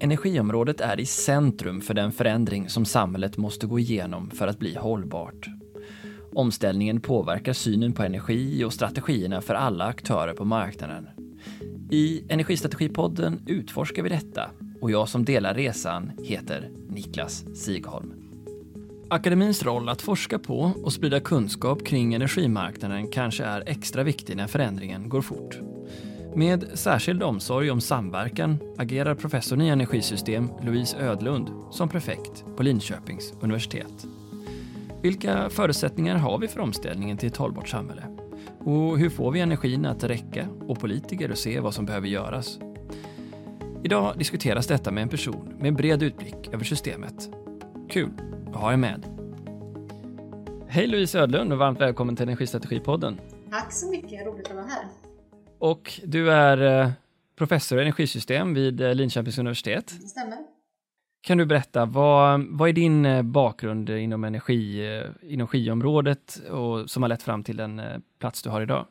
Energiområdet är i centrum för den förändring som samhället måste gå igenom för att bli hållbart. Omställningen påverkar synen på energi och strategierna för alla aktörer på marknaden. I Energistrategipodden utforskar vi detta och jag som delar resan heter Niklas Sigholm. Akademins roll att forska på och sprida kunskap kring energimarknaden kanske är extra viktig när förändringen går fort. Med särskild omsorg om samverkan agerar professorn i energisystem Louise Ödlund som prefekt på Linköpings universitet. Vilka förutsättningar har vi för omställningen till ett hållbart samhälle? Och hur får vi energin att räcka och politiker att se vad som behöver göras? Idag diskuteras detta med en person med bred utblick över systemet. Kul att ha er med. Hej Louise Ödlund och varmt välkommen till Energistrategipodden. Tack så mycket, roligt att vara här. Och du är professor i energisystem vid Linköpings universitet. Det stämmer. Kan du berätta, vad är din bakgrund inom energiområdet och som har lett fram till den plats du har idag?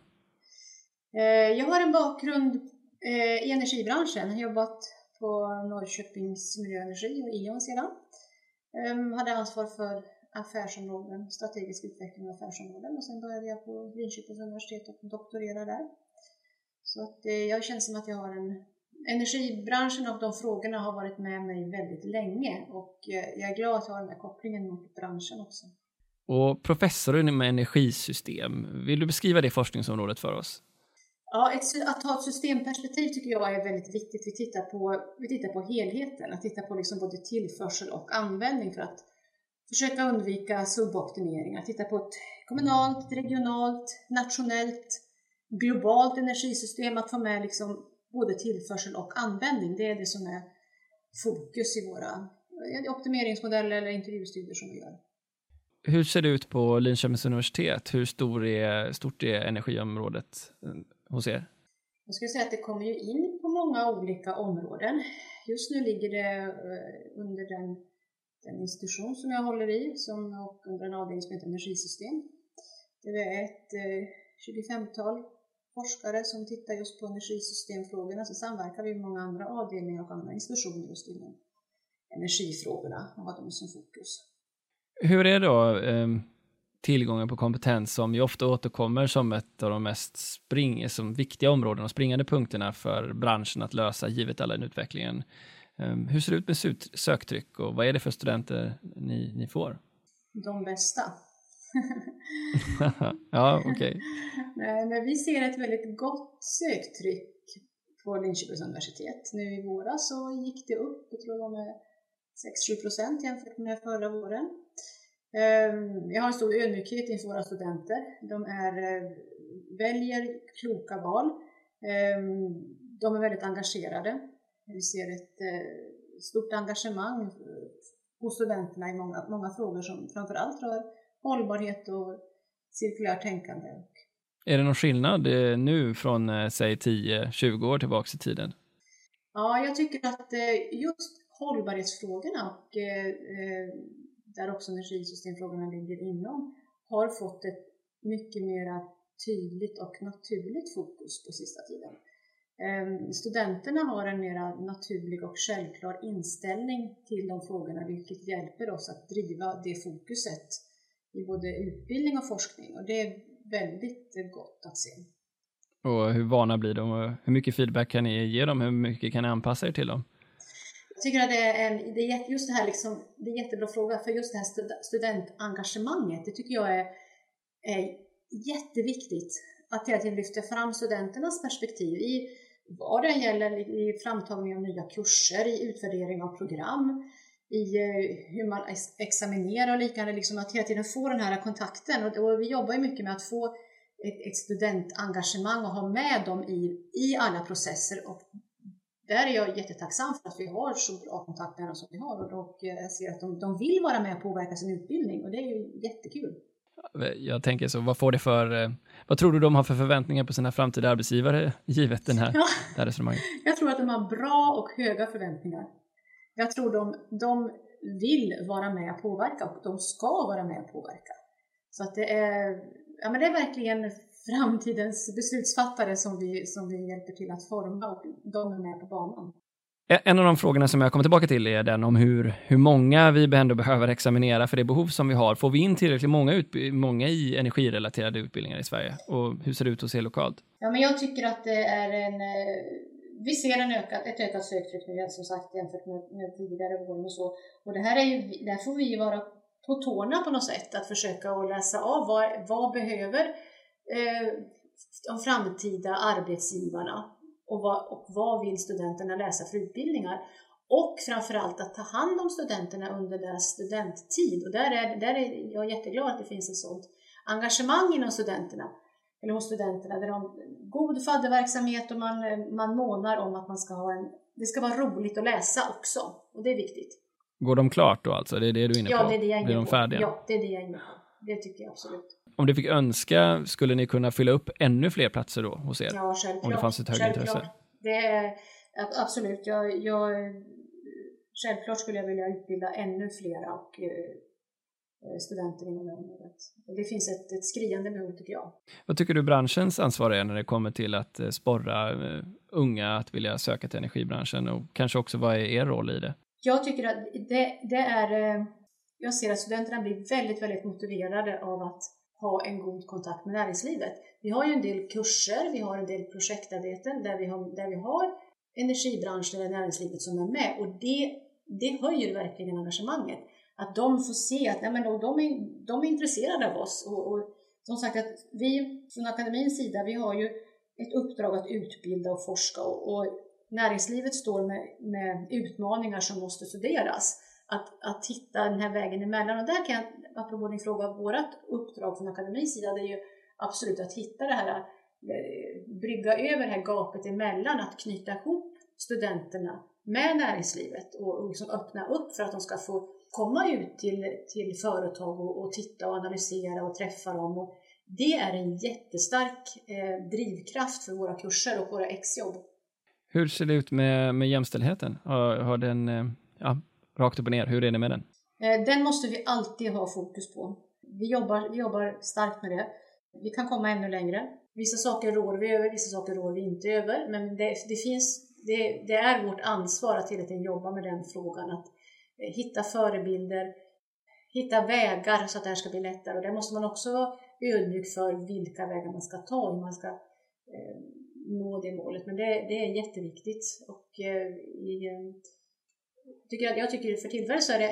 Jag har en bakgrund i energibranschen. Jag har jobbat på Norrköpings Miljöenergi och E.ON sedan. Hade ansvar för affärsområden, strategisk utveckling av affärsområden. Och sen började jag på Linköpings universitet och doktorerade där. Så att jag känner som att jag har energibranschen och de frågorna har varit med mig väldigt länge. Och jag är glad att ha den här kopplingen mot branschen också. Och professor inom energisystem, vill du beskriva det forskningsområdet för oss? Ja, att ha ett systemperspektiv tycker jag är väldigt viktigt. Vi tittar på helheten, att titta på liksom både tillförsel och användning för att försöka undvika suboptimeringar. Titta på ett kommunalt, regionalt, nationellt, globalt energisystem, att få med liksom både tillförsel och användning. Det är det som är fokus i våra optimeringsmodeller eller intervjustudier som vi gör. Hur ser det ut på Linköpings universitet? Hur stort är energiområdet hos er? Jag skulle säga att det kommer ju in på många olika områden. Just nu ligger det under den institution som jag håller i och under en avdelning som heter energisystem. Det är ett 25-tal forskare som tittar just på energisystemfrågorna, så samverkar vi med många andra avdelningar och andra institutioner just inom energifrågorna och har dem som fokus. Hur är då tillgången på kompetens som ju ofta återkommer som ett av de mest som viktiga områden och springande punkterna för branschen att lösa givet all den utvecklingen? Hur ser det ut med söktryck och vad är det för studenter ni får? De bästa. Ja, okej. Okay. Men vi ser ett väldigt gott söktryck på Linköpings universitet. Nu i våras så gick det upp, jag tror det var med 6-7% jämfört med förra våren. Jag har en stor ödmjukhet inför våra studenter. De väljer kloka val. De är väldigt engagerade. Vi ser ett stort engagemang hos studenterna i många frågor som framförallt rör hållbarhet och cirkulärt tänkande. Är det någon skillnad nu från säg 10-20 år tillbaka i tiden? Ja, jag tycker att just hållbarhetsfrågorna och där också energisystemfrågorna ligger inom har fått ett mycket mer tydligt och naturligt fokus på sista tiden. Studenterna har en mer naturlig och självklar inställning till de frågorna, vilket hjälper oss att driva det fokuset i både utbildning och forskning, och det är väldigt gott att se. Och hur vana blir de och hur mycket feedback kan ni ge dem? Hur mycket kan ni anpassa er till dem? Jag tycker att det är just det här liksom, det är en jättebra fråga, för just det här studentengagemanget, det tycker jag är jätteviktigt att hela tiden lyfta fram studenternas perspektiv i vad det gäller i framtagning av nya kurser, i utvärdering av program, i hur man examinerar och liknande, liksom att hela tiden få den här kontakten. Och vi jobbar ju mycket med att få ett studentengagemang och ha med dem i alla processer, och där är jag jättetacksam för att vi har så bra kontakt med dem som vi har, och jag ser att de vill vara med och påverka sin utbildning, och det är ju jättekul. Jag tänker så, vad tror du de har för förväntningar på sina framtida arbetsgivare givet det här resonemanget? Jag tror att de har bra och höga förväntningar. Jag tror de vill vara med och påverka, och de ska vara med och påverka. Så att det är verkligen framtidens beslutsfattare som vi hjälper till att forma, och de är med på banan. En av de frågorna som jag kommer tillbaka till är den om hur många vi ändå behöver examinera för det behov som vi har. Får vi in tillräckligt många i energirelaterade utbildningar i Sverige? Och hur ser det ut hos er lokalt? Ja, men jag tycker att det är vi ser ett ökat söktryck nu, som sagt, jämfört med tidigare år och så. Och det här är ju, där får vi vara på tårna på något sätt, att försöka att läsa av vad behöver de framtida arbetsgivarna och vad vill studenterna läsa för utbildningar. Och framförallt att ta hand om studenterna under deras studenttid. Och där är jag jätteglad att det finns ett sådant engagemang inom studenterna. Eller hos studenterna, där de god fadderverksamhet och man månar om att det ska vara roligt att läsa också. Och det är viktigt. Går de klart då alltså? Det är det du är inne på? Ja, det är det jag är inne på. Blir de färdiga? Ja, det är det jag är inne på. Det tycker jag absolut. Om du fick önska, skulle ni kunna fylla upp ännu fler platser då hos er? Ja, självklart. Om det fanns ett högre intresse? Det är absolut. Självklart skulle jag vilja utbilda ännu fler och studenter inom det området. Det finns ett skriande behov, tycker jag. Vad tycker du branschens ansvar är när det kommer till att sporra unga att vilja söka till energibranschen, och kanske också vad är er roll i det? Jag tycker att det är... Jag ser att studenterna blir väldigt, väldigt motiverade av att ha en god kontakt med näringslivet. Vi har ju en del kurser, vi har en del projektarbeten där vi har energibranschen eller näringslivet som är med. Och det höjer verkligen engagemanget. Att de får se att de är intresserade av oss. Och som sagt, att vi från akademins sida, vi har ju ett uppdrag att utbilda och forska. Och näringslivet står med utmaningar som måste studeras. Att hitta den här vägen emellan. Och där kan jag, apropå din fråga, vårt uppdrag från akademins sida, det är ju absolut att hitta det här, brygga över det här gapet emellan, att knyta ihop studenterna med näringslivet och liksom öppna upp för att de ska få komma ut till företag och titta och analysera och träffa dem. Och det är en jättestark drivkraft för våra kurser och våra exjobb. Hur ser det ut med jämställdheten? Har den... Rakt upp och ner, hur är det med den? Den måste vi alltid ha fokus på. Vi jobbar starkt med det. Vi kan komma ännu längre. Vissa saker rår vi över, vissa saker rår vi inte över. Men det är vårt ansvar att hela tiden jobba med den frågan. Att hitta förebilder, hitta vägar så att det här ska bli lättare. Och där måste man också vara ödmjuk för vilka vägar man ska ta, hur man ska nå det målet. Men det är jätteviktigt. Och jag tycker för tillfället så är det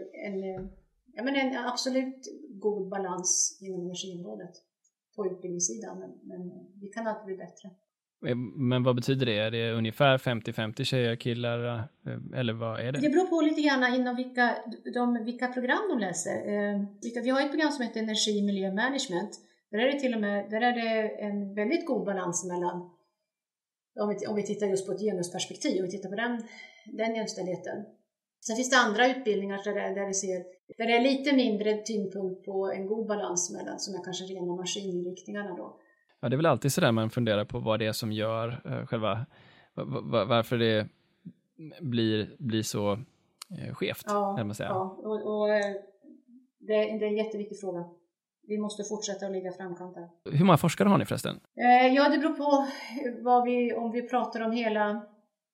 en absolut god balans inom energiområdet på utbildningssidan, men vi kan alltid bli bättre. Men vad betyder det? Är det ungefär 50-50 tjejer, killar, eller vad är det? Det beror på lite grann inom vilka program de läser. Vi har ett program som heter Energi, Miljö, Management. Där är det en väldigt god balans mellan, om vi tittar just på ett genusperspektiv, och vi tittar på den jämställdheten. Sen finns det andra utbildningar där det är lite mindre tyngdpunkt på en god balans mellan, som är kanske rena maskininriktningarna då. Ja, det är väl alltid sådär man funderar på vad det är som gör själva, varför det blir så skevt. Ja, man säga. Ja, och det är en jätteviktig fråga. Vi måste fortsätta att ligga framkant där. Hur många forskare har ni förresten? Ja, det beror på om vi pratar om hela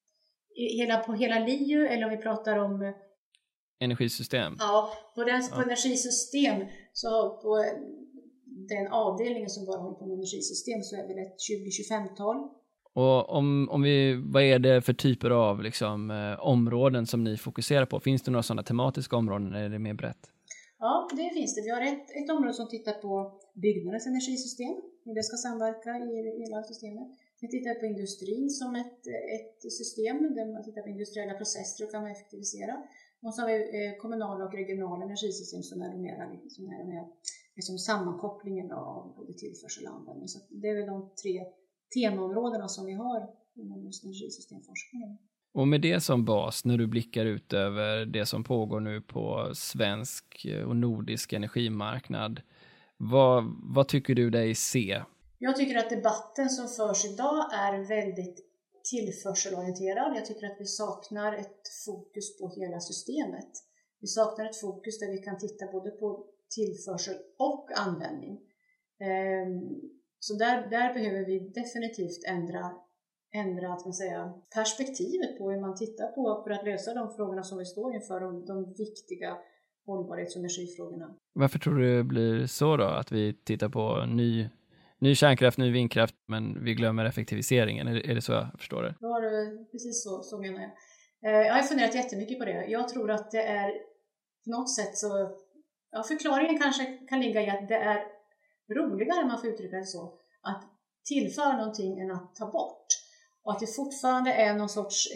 LiU eller om vi pratar om energisystem. Ja, på energisystem, så på den avdelningen som bara håller på med energisystem, så är det ett 20-25-tal. Och vad är det för typer av områden som ni fokuserar på? Finns det några sådana tematiska områden, eller är det mer brett? Ja, det finns det. Vi har ett område som tittar på byggnadens energisystem, hur det ska samverka i hela systemet. Vi tittar på industrin som ett system där man tittar på industriella processer och kan man effektivisera. Och så har vi kommunala och regionala energisystem som är mer sammankopplingen av både tillförsel och användning. Så det är väl de 3 temaområdena som vi har inom just energisystemforskningen. Och med det som bas, när du blickar ut över det som pågår nu på svensk och nordisk energimarknad, vad tycker du dig se? Jag tycker att debatten som förs idag är väldigt tillförselorienterad. Jag tycker att vi saknar ett fokus på hela systemet. Vi saknar ett fokus där vi kan titta både på tillförsel och användning. Så där behöver vi definitivt ändra ändra att man säga, perspektivet på hur man tittar på för att lösa de frågorna som vi står inför, de viktiga hållbarhets- och energifrågorna. Varför tror du det blir så då, att vi tittar på ny kärnkraft, ny vindkraft, men vi glömmer effektiviseringen? Är det så jag förstår det? Ja, precis så menar jag. Jag har funderat jättemycket på det. Jag tror att det är på något sätt så, ja, förklaringen kanske kan ligga i att det är roligare, om man får uttrycka det så, att tillföra någonting än att ta bort. Och att det fortfarande är någon sorts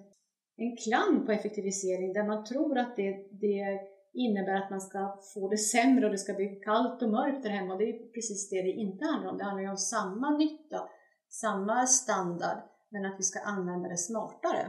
en klang på effektivisering där man tror att det innebär att man ska få det sämre och det ska bli kallt och mörkt där hemma. Det är precis det inte handlar om. Det handlar ju om samma nytta, samma standard, men att vi ska använda det smartare.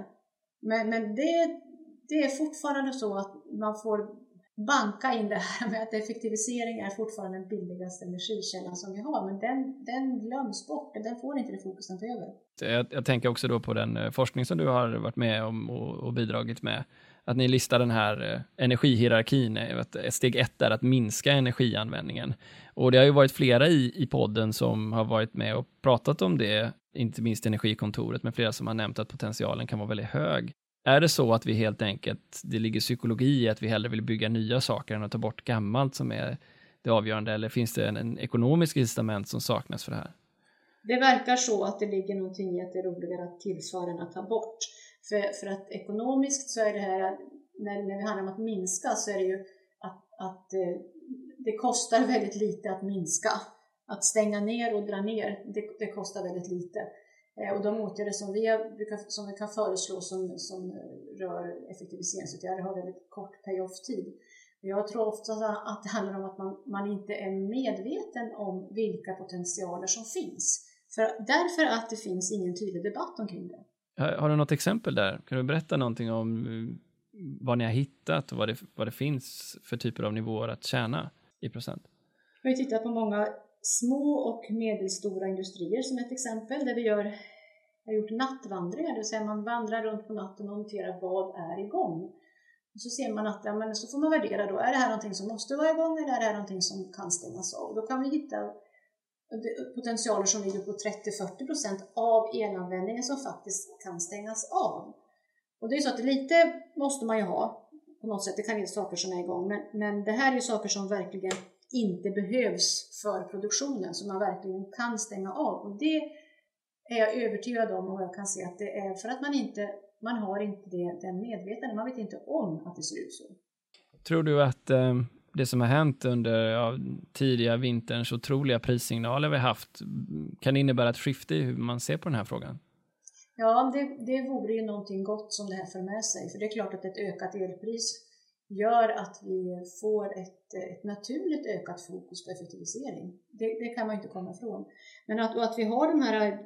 Men det är fortfarande så att man får banka in det här med att effektivisering är fortfarande den billigaste energikällan som vi har. Men den glöms bort, den får inte det fokus den behöver. Jag tänker också då på den forskning som du har varit med om och bidragit med. Att ni listar den här energihierarkin, att steg 1 är att minska energianvändningen. Och det har ju varit flera i podden som har varit med och pratat om det, inte minst Energikontoret, men flera som har nämnt att potentialen kan vara väldigt hög. Är det så att vi helt enkelt, det ligger psykologi i att vi hellre vill bygga nya saker än att ta bort gammalt som är det avgörande, eller finns det en ekonomisk incitament som saknas för det här? Det verkar så att det ligger någonting i att det är roligare att tillföra än att ta bort. För att ekonomiskt så är det här, när det handlar om att minska, så är det ju att det kostar väldigt lite att minska. Att stänga ner och dra ner, det kostar väldigt lite. Och de åtgärder som vi kan föreslå som rör effektiviseringsåtgärder har väldigt kort payoff-tid. Jag tror ofta att det handlar om att man inte är medveten om vilka potentialer som finns. Därför att det finns ingen tydlig debatt omkring det. Har du något exempel där? Kan du berätta någonting om vad ni har hittat och vad det finns för typer av nivåer att tjäna i procent? Vi har tittat på många små och medelstora industrier som ett exempel, där vi har gjort nattvandringar, det vill säga man vandrar runt på natten och noterar vad är igång. Och så ser man att så får man värdera då, är det här någonting som måste vara igång eller är det här någonting som kan stängas av? Då kan vi hitta potentialer som ligger på 30-40% av elanvändningen som faktiskt kan stängas av. Och det är så att lite måste man ju ha på något sätt, det kan vara saker som är igång, men det här är ju saker som verkligen inte behövs för produktionen, som man verkligen kan stänga av. Och det är jag övertygad om, och jag kan se att det är för att man har inte den medvetenheten, man vet inte om att det ser ut så. Tror du att det som har hänt under tidiga vinterns otroliga prissignaler vi haft kan innebära ett skifte i hur man ser på den här frågan? Ja, det vore ju någonting gott som det här för med sig. För det är klart att ett ökat elpris gör att vi får ett naturligt ökat fokus på effektivisering. Det kan man inte komma ifrån. Men att vi har de här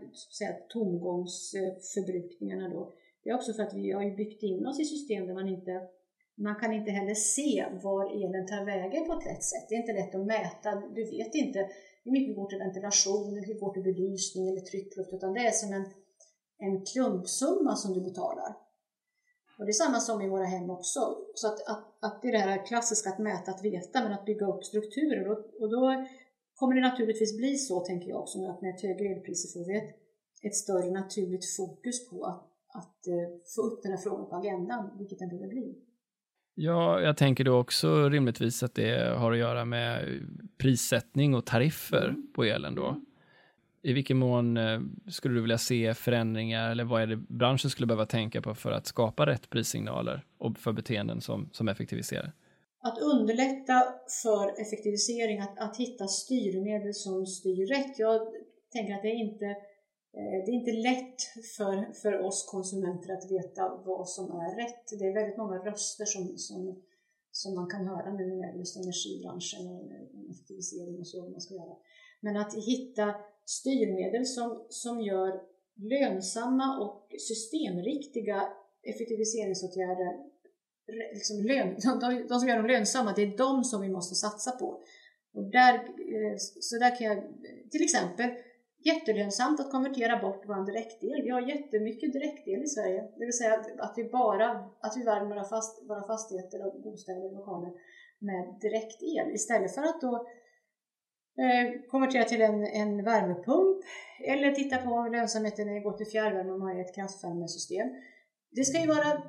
tomgångsförbrukningarna då, det är också för att vi har ju byggt in oss i system där man kan inte heller se var elen tar vägen på ett rätt sätt. Det är inte lätt att mäta. Du vet inte hur mycket går till ventilation, hur mycket går till belysning eller tryckluft, utan det är som en klumpsumma som du betalar. Och det är samma som i våra hem också. Så att det är det här klassiska att mäta, att veta, men att bygga upp strukturer. Och då kommer det naturligtvis bli så, tänker jag också, att med ett högre elpriser får vi ett större naturligt fokus på att få upp den här frågan på agendan, vilket den behöver bli. Ja, jag tänker då också rimligtvis att det har att göra med prissättning och tariffer på elen då. I vilken mån skulle du vilja se förändringar, eller vad är det branschen skulle behöva tänka på för att skapa rätt prissignaler och för beteenden som effektiviserar? Att underlätta för effektivisering, att hitta styrmedel som styr rätt. Jag tänker att det är inte lätt för oss konsumenter att veta vad som är rätt. Det är väldigt många röster som man kan höra nu när just energibranschen och effektivisering och så man ska göra. Men att hitta styrmedel som gör lönsamma och systemriktiga effektiviseringsåtgärder, liksom de som gör dem lönsamma, det är de som vi måste satsa på. Och där kan jag till exempel jättelönsamt att konvertera bort vår direktel. Vi har jättemycket direktel i Sverige. Det vill säga att vi värmer våra fastigheter och bostäder och lokaler med direktel. Istället för att då konvertera till en värmepump eller titta på lönsamheten när det går till fjärrvärme om man har ett kraftvärmesystem. Det ska ju vara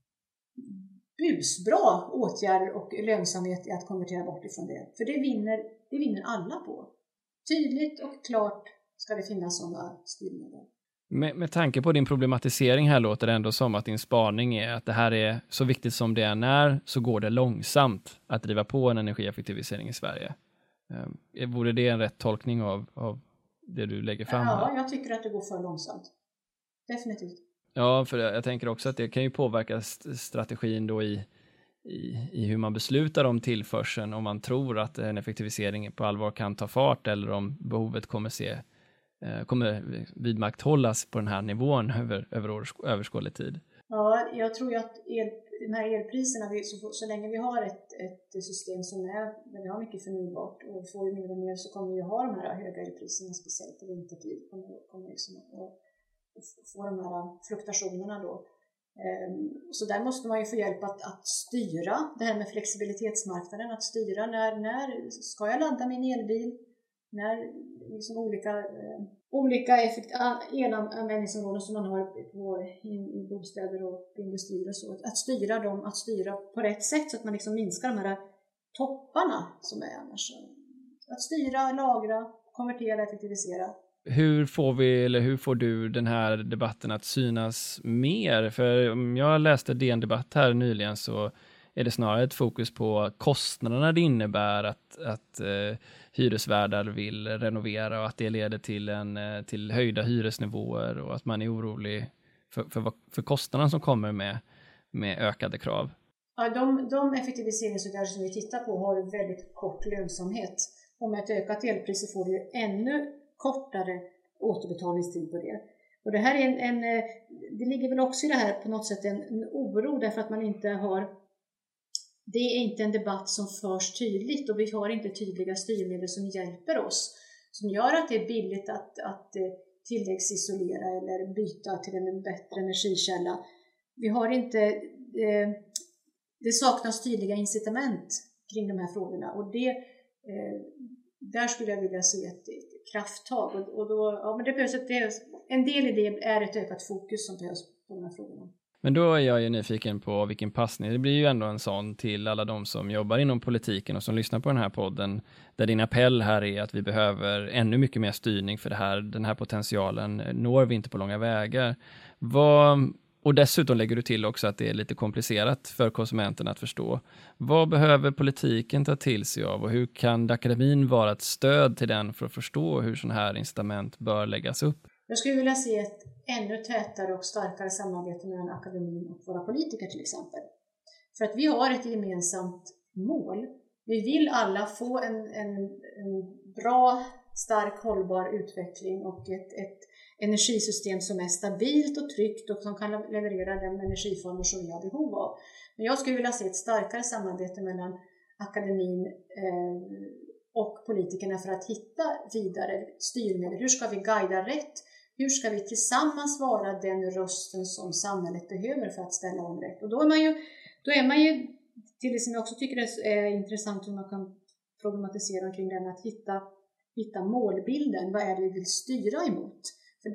busbra åtgärder och lönsamhet i att konvertera bort ifrån det. För det vinner alla på. Tydligt och klart ska det finnas sådana styrmedel. Med tanke på din problematisering här låter det ändå som att din spaning är att det här är så viktigt som det är så går det långsamt att driva på en energieffektivisering i Sverige. Vore det en rätt tolkning av det du lägger fram här? Ja, jag tycker att det går för långsamt. Definitivt. Ja, för jag tänker också att det kan ju påverka strategin då i hur man beslutar om tillförseln, om man tror att en effektivisering på allvar kan ta fart eller om behovet kommer vidmakthållas på den här nivån över överskådlig tid. Ja, jag tror ju att de här elpriserna, så länge vi har ett system där vi har mycket förnybart och får ju mer och mer, så kommer vi ha de här höga elpriserna, speciellt i vintertid, kommer liksom att få de här fluktuationerna då. Så där måste man ju få hjälp att styra det här med flexibilitetsmarknaden, att styra när ska jag ladda min elbil, när liksom olika elanvändningsområden som man har i bostäder och industrier och så, att styra på rätt sätt så att man liksom minskar de här topparna som är annars. Att styra, lagra, konvertera, effektivisera. Hur får du den här debatten att synas mer? För om jag läste DN Debatt här nyligen så är det snarare ett fokus på kostnaderna det innebär att hyresvärdar vill renovera och att det leder till höjda hyresnivåer och att man är orolig för kostnaderna som kommer med ökade krav. Ja, de effektiviseringsåtgärder som vi tittar på har väldigt kort lönsamhet. Och med ett ökat elpris så får du ännu kortare återbetalningstid på det. Och det här är det ligger väl också i det här på något sätt en oro därför att man inte har. Det är inte en debatt som förs tydligt och vi har inte tydliga styrmedel som hjälper oss. Som gör att det är billigt att tilläggsisolera eller byta till en bättre energikälla. Vi har inte, det saknas tydliga incitament kring de här frågorna. Och där skulle jag vilja se ett krafttag. Och då, ja, men det behövs en del i det är ett ökat fokus som behövs på de här frågorna. Men då är jag ju nyfiken på vilken passning. Det blir ju ändå en sån till alla de som jobbar inom politiken och som lyssnar på den här podden. Där din appell här är att vi behöver ännu mycket mer styrning för den här potentialen når vi inte på långa vägar. Och dessutom lägger du till också att det är lite komplicerat för konsumenterna att förstå. Vad behöver politiken ta till sig av och hur kan akademin vara ett stöd till den för att förstå hur sådana här incitament bör läggas upp? Jag skulle vilja se ett ännu tätare och starkare samarbete mellan akademin och våra politiker till exempel. För att vi har ett gemensamt mål. Vi vill alla få en bra, stark, hållbar utveckling och ett energisystem som är stabilt och tryggt och som kan leverera de energiformer som vi har behov av. Men jag skulle vilja se ett starkare samarbete mellan akademin och politikerna för att hitta vidare styrmedel. Hur ska vi guida rätt? Hur ska vi tillsammans vara den rösten som samhället behöver för att ställa om rätt? Och då är man ju till det som jag också tycker är intressant hur man kan problematisera kring den, att hitta målbilden. Vad är det vi vill styra emot? För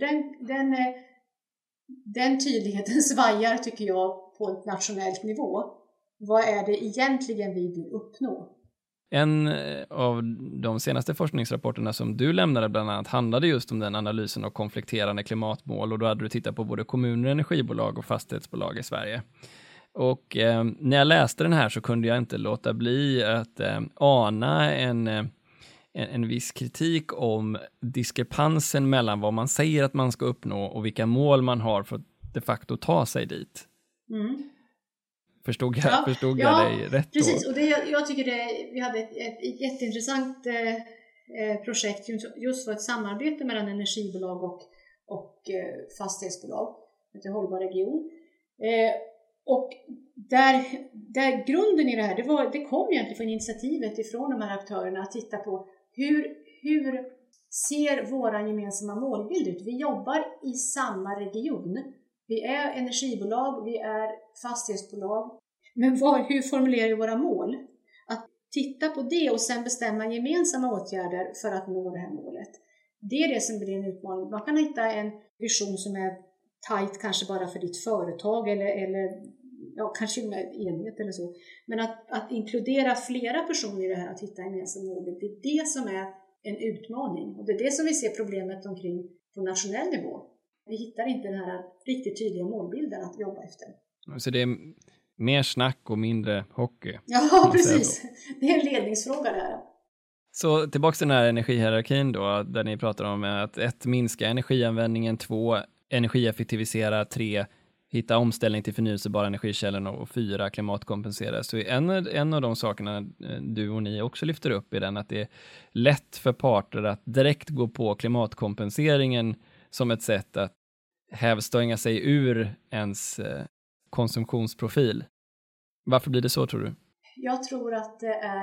den tydligheten svajar tycker jag på ett nationellt nivå. Vad är det egentligen vi vill uppnå? En av de senaste forskningsrapporterna som du lämnade bland annat handlade just om den analysen av konflikterande klimatmål och då hade du tittat på både kommuner, energibolag och fastighetsbolag i Sverige. Och när jag läste den här så kunde jag inte låta bli att ana en viss kritik om diskrepansen mellan vad man säger att man ska uppnå och vilka mål man har för att de facto ta sig dit. Mm. Förstod jag dig rätt då? Precis, och jag tycker vi hade ett jätteintressant projekt just för ett samarbete mellan energibolag och fastighetsbolag, ett hållbar region. Och där grunden i det här, det kom egentligen från initiativet ifrån de här aktörerna att titta på hur ser våra gemensamma målbild ut? Vi jobbar i samma region. Vi är energibolag, vi är fastighetsbolag. Men hur formulerar vi våra mål? Att titta på det och sen bestämma gemensamma åtgärder för att nå det här målet. Det är det som blir en utmaning. Man kan hitta en vision som är tajt kanske bara för ditt företag eller kanske med enhet eller så. Men att inkludera flera personer i det här, att hitta en gemensam mål, det är det som är en utmaning. Och det är det som vi ser problemet omkring på nationell nivå. Vi hittar inte den här riktigt tydliga målbilden att jobba efter. Så det är mer snack och mindre hockey? Ja, precis. Det är en ledningsfråga där. Så tillbaka till den här energihierarkin då, där ni pratar om att 1. Minska energianvändningen, 2. Energieffektivisera, 3. Hitta omställning till förnyelsebara energikällor och 4. Klimatkompensera. Så en av de sakerna du och ni också lyfter upp är den att det är lätt för parter att direkt gå på klimatkompenseringen som ett sätt att hävstånga sig ur ens konsumtionsprofil. Varför blir det så, tror du? Jag tror att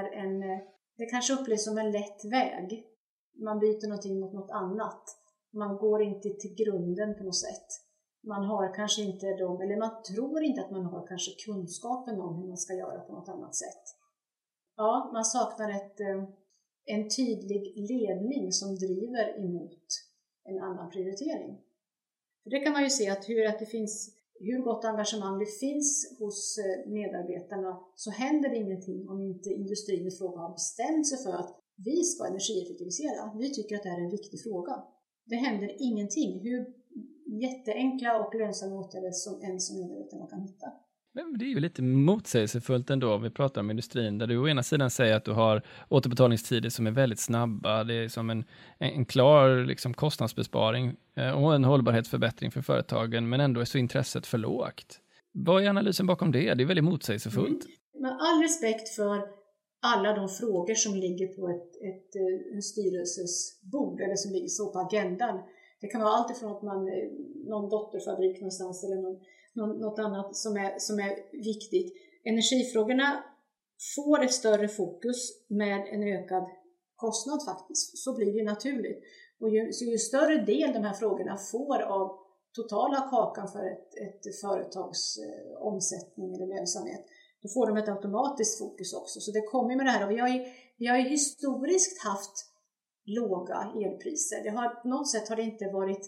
det kanske upplevs som en lätt väg. Man byter någonting mot något annat. Man går inte till grunden på något sätt. Man har kanske inte man tror inte att man har kanske kunskapen om hur man ska göra på något annat sätt. Ja, man saknar en tydlig ledning som driver emot en annan prioritering. För det kan man ju se att det finns hur gott engagemang det finns hos medarbetarna, så händer det ingenting om inte industrin i fråga har bestämt sig för att vi ska energieffektivisera. Vi tycker att det här är en viktig fråga. Det händer ingenting. Hur jätteenkla och lönsamma åtgärder som medarbetarna kan hitta. Men det är ju lite motsägelsefullt ändå om vi pratar om industrin, där du å ena sidan säger att du har återbetalningstider som är väldigt snabba, det är som en klar liksom kostnadsbesparing och en hållbarhetsförbättring för företagen, men ändå är så intresset för lågt. Vad är analysen bakom det? Det är väldigt motsägelsefullt. Med all respekt för alla de frågor som ligger på en styrelses bord eller som ligger så på agendan. Det kan vara allt ifrån att någon dotterfabrik någonstans eller något annat som är viktigt. Energifrågorna får ett större fokus med en ökad kostnad faktiskt. Så blir det naturligt. Och ju större del de här frågorna får av totala kakan för ett företags omsättning eller lönsamhet, då får de ett automatiskt fokus också. Så det kommer med det här. Och vi har ju historiskt haft låga elpriser. På något sätt har det inte varit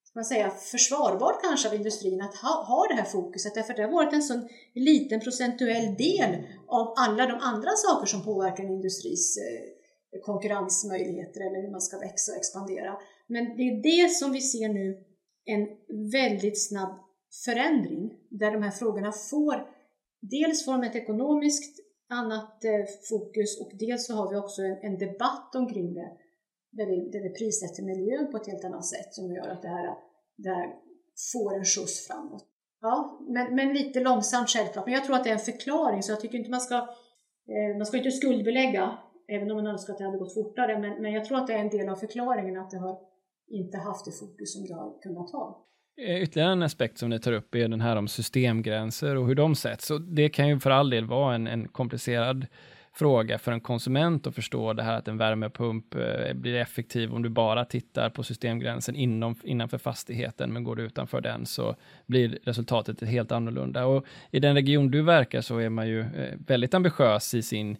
försvarbart kanske av industrin att ha det här fokuset. Därför det har varit en sån liten procentuell del av alla de andra saker som påverkar en industris konkurrensmöjligheter eller hur man ska växa och expandera. Men det är det som vi ser nu, en väldigt snabb förändring där de här frågorna dels får ett ekonomiskt annat fokus, och dels så har vi också en debatt omkring det där vi prissätter miljön på ett helt annat sätt som gör att det här får en skjuts framåt. Ja, men lite långsamt självklart. Men jag tror att det är en förklaring, så jag tycker inte man ska inte skuldbelägga, även om man önskar att det hade gått fortare. Men jag tror att det är en del av förklaringen att det har inte haft det fokus som det har kunnat ha. Ytterligare en aspekt som ni tar upp är den här om systemgränser och hur de sätts. Så det kan ju för all del vara en komplicerad fråga för en konsument att förstå det här att en värmepump blir effektiv om du bara tittar på systemgränsen innanför fastigheten, men går du utanför den så blir resultatet helt annorlunda. Och i den region du verkar så är man ju väldigt ambitiös i sin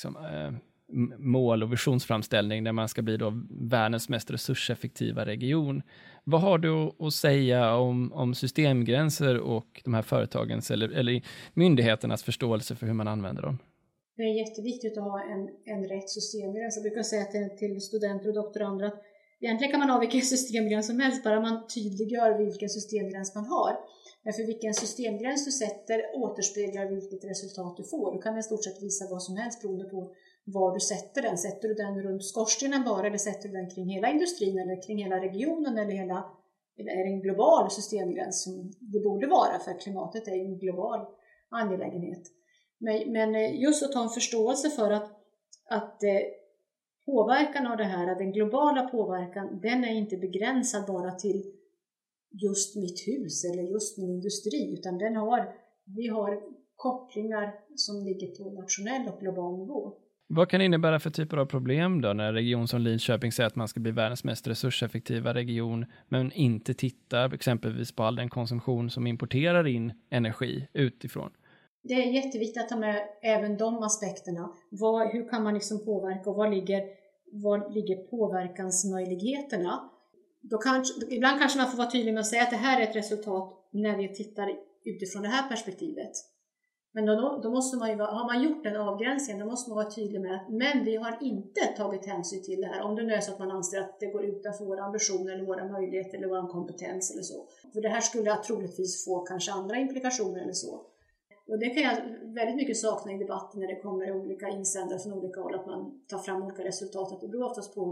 mål- och visionsframställning där man ska bli då världens mest resurseffektiva region. Vad har du att säga om systemgränser och de här företagens eller myndigheternas förståelse för hur man använder dem? Det är jätteviktigt att ha en rätt systemgräns. Jag brukar säga till studenter och doktorander att egentligen kan man ha vilken systemgräns som helst, bara man tydliggör vilken systemgräns man har. Därför vilken systemgräns du sätter återspeglar vilket resultat du får. Du kan i stort sett visa vad som helst beroende på var du sätter den. Sätter du den runt skorstenen bara, eller sätter du den kring hela industrin eller kring hela regionen, eller är det en global systemgräns som det borde vara, för klimatet är en global angelägenhet. Men just att ha en förståelse för att påverkan av det här, att den globala påverkan, den är inte begränsad bara till just mitt hus eller just min industri, utan vi har kopplingar som ligger på nationell och global nivå. Vad kan det innebära för typer av problem då när en region som Linköping säger att man ska bli världens mest resurseffektiva region, men inte tittar exempelvis på all den konsumtion som importerar in energi utifrån? Det är jätteviktigt att ta med även de aspekterna. Hur kan man liksom påverka och var ligger påverkansmöjligheterna? Ibland kanske man får vara tydlig med att säga att det här är ett resultat när vi tittar utifrån det här perspektivet. Men då måste man ju, har man gjort den avgränsningen, då måste man vara tydlig med att men vi har inte tagit hänsyn till det här. Om det nu är så att man anser att det går utanför våra ambitioner eller våra möjligheter eller vår kompetens eller så. För det här skulle troligtvis få kanske andra implikationer eller så. Och det kan jag väldigt mycket sakna i debatten när det kommer olika insändare från olika håll, att man tar fram olika resultat. Det beror oftast på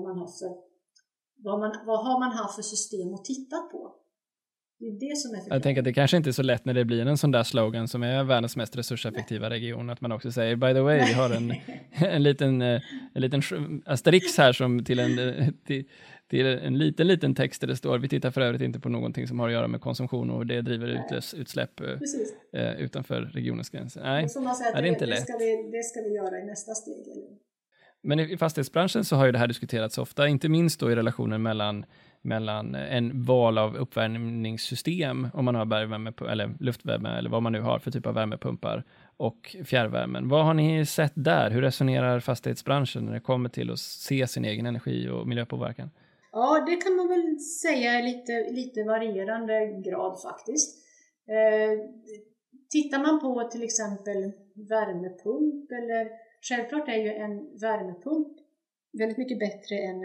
vad har man haft för system att titta på. Det är det som är jag tänker att det kanske inte är så lätt när det blir en sån där slogan som är världens mest resurseffektiva region, att man också säger by the way, vi har en liten asterix här som till en liten text där det står vi tittar för övrigt inte på någonting som har att göra med konsumtion och det driver utsläpp utanför regionens gränser. Nej, det är inte lätt. Det ska vi göra i nästa steg. Eller? Men i fastighetsbranschen så har ju det här diskuterats ofta, inte minst då i relationen mellan en val av uppvärmningssystem, om man har bergvärme eller luftvärme eller vad man nu har för typ av värmepumpar, och fjärrvärmen. Vad har ni sett där? Hur resonerar fastighetsbranschen när det kommer till att se sin egen energi och miljöpåverkan? Ja, det kan man väl säga lite varierande grad faktiskt. Tittar man på till exempel värmepump, eller självklart är ju en värmepump väldigt mycket bättre än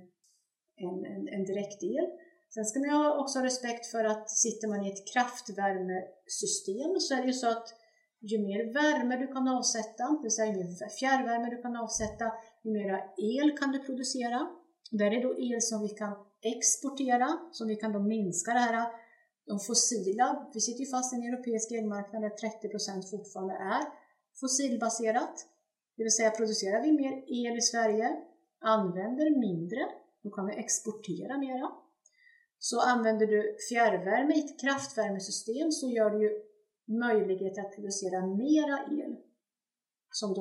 en direktel. Sen ska man också ha respekt för att sitter man i ett kraftvärmesystem så är det ju så att ju mer värme du kan avsätta, det vill säga ju mer fjärrvärme du kan avsätta, ju mer el kan du producera. Där är då el som vi kan exportera, som vi kan då minska det här. De fossila, vi sitter ju fast i en europeisk elmarknad där 30% fortfarande är fossilbaserat. Det vill säga producerar vi mer el i Sverige, använder mindre, då kan vi exportera mera. Så använder du fjärrvärme i ett kraftvärmesystem så gör du ju möjlighet att producera mera el som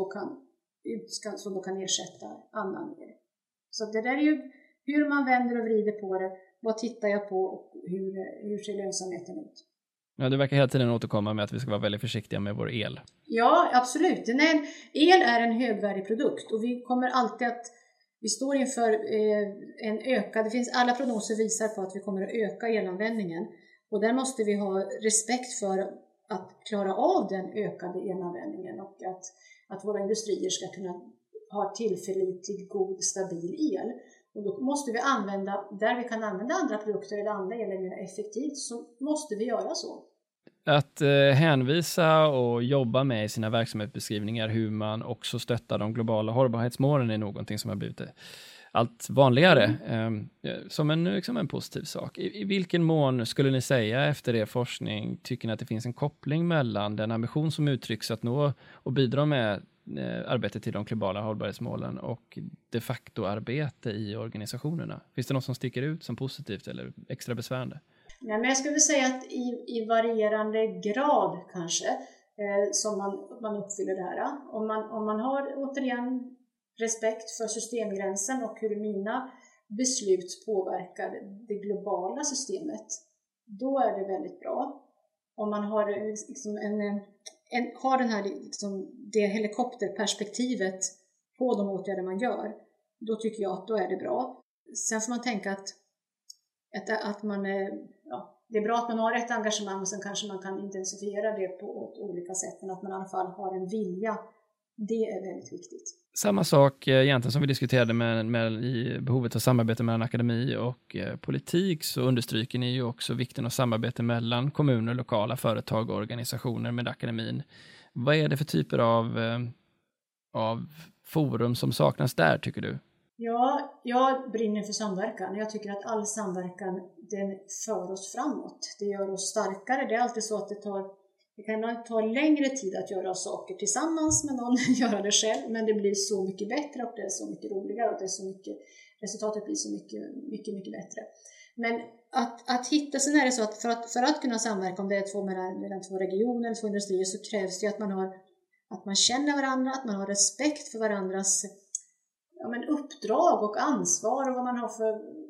då kan ersätta annan el. Så det där är ju hur man vänder och vrider på det, vad tittar jag på och hur ser lönsamheten ut. Ja, du verkar hela tiden återkomma med att vi ska vara väldigt försiktiga med vår el. Ja, absolut. El är en högvärdig produkt och vi kommer alltid att vi står inför en ökad, alla prognoser visar på att vi kommer att öka elanvändningen och där måste vi ha respekt för att klara av den ökade elanvändningen och att våra industrier ska kunna ha tillförlitlig, god, stabil el. Och då måste vi använda, där vi kan använda andra produkter eller andra el mer effektivt, så måste vi göra så. Att hänvisa och jobba med i sina verksamhetsbeskrivningar hur man också stöttar de globala hållbarhetsmålen är någonting som har blivit allt vanligare som en positiv sak. I vilken mån skulle ni säga efter er forskning tycker ni att det finns en koppling mellan den ambition som uttrycks att nå och bidra med arbete till de globala hållbarhetsmålen och de facto arbete i organisationerna? Finns det något som sticker ut som positivt eller extra besvärande? Nej, men jag skulle säga att i varierande grad kanske som man uppfyller det här. Om man har återigen respekt för systemgränsen och hur mina beslut påverkar det globala systemet, då är det väldigt bra. Om man har liksom har den här, liksom, det helikopterperspektivet på de åtgärder man gör, då tycker jag att då är det bra. Sen får man tänka att man det är bra att man har ett engagemang och sen kanske man kan intensifiera det på olika sätt, men att man i alla fall har en vilja, det är väldigt viktigt. Samma sak egentligen som vi diskuterade med i behovet av samarbete mellan akademi och politik, så understryker ni ju också vikten av samarbete mellan kommuner, lokala företag och organisationer med akademin. Vad är det för typer av forum som saknas där, tycker du? Ja, jag brinner för samverkan. Jag tycker att all samverkan, den för oss framåt. Det gör oss starkare. Det är alltid så att det kan ta längre tid att göra saker tillsammans med någon, göra det själv, men det blir så mycket bättre och det är så mycket roligare och det är så mycket, resultatet blir så mycket, mycket bättre. Men att hitta, sen är det så att för att kunna samverka, om det är mellan två regioner eller två industrier, så krävs det att man känner varandra, att man har respekt för varandras uppdrag och ansvar och vad man har för